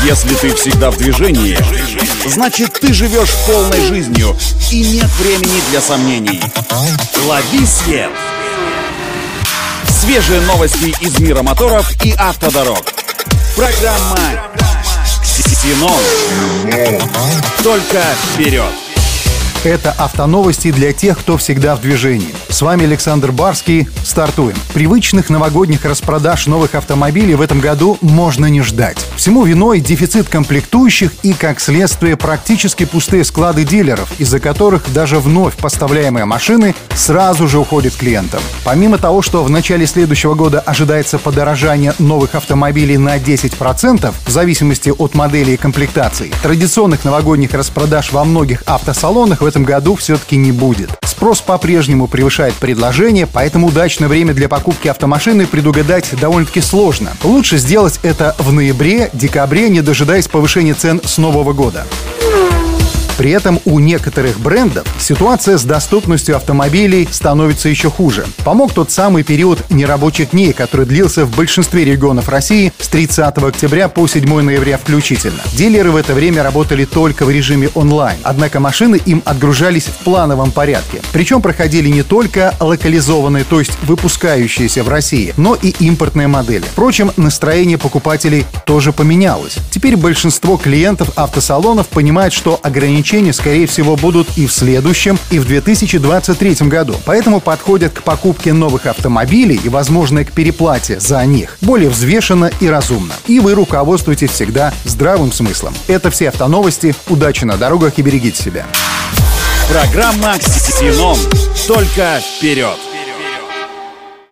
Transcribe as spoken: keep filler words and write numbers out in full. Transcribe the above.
Если ты всегда в движении, значит, ты живешь полной жизнью и нет времени для сомнений. Лови свет! Свежие новости из мира моторов и автодорог. Программа «Ксенон». Только вперед! Это автоновости для тех, кто всегда в движении. С вами Александр Барский. Стартуем. Привычных новогодних распродаж новых автомобилей в этом году можно не ждать. Всему виной дефицит комплектующих и, как следствие, практически пустые склады дилеров, из-за которых даже вновь поставляемые машины сразу же уходят клиентам. Помимо того, что в начале следующего года ожидается подорожание новых автомобилей на десять процентов в зависимости от модели и комплектаций, традиционных новогодних распродаж во многих автосалонах в в этом году все-таки не будет. Спрос по-прежнему превышает предложение, поэтому удачное время для покупки автомашины предугадать довольно-таки сложно. Лучше сделать это в ноябре, декабре, не дожидаясь повышения цен с Нового года. При этом у некоторых брендов ситуация с доступностью автомобилей становится еще хуже. Помог тот самый период нерабочих дней, который длился в большинстве регионов России с тридцатого октября по седьмое ноября включительно. Дилеры в это время работали только в режиме онлайн, однако машины им отгружались в плановом порядке. Причем проходили не только локализованные, то есть выпускающиеся в России, но и импортные модели. Впрочем, настроение покупателей тоже поменялось. Теперь большинство клиентов автосалонов понимают, что ограничения скорее всего, будут и в следующем, и в две тысячи двадцать третьем году. Поэтому подходят к покупке новых автомобилей и, возможно, к переплате за них более взвешенно и разумно. И вы руководствуйтесь всегда здравым смыслом. Это все автоновости. Удачи на дорогах и берегите себя. Программа «Ксенон». Только вперед!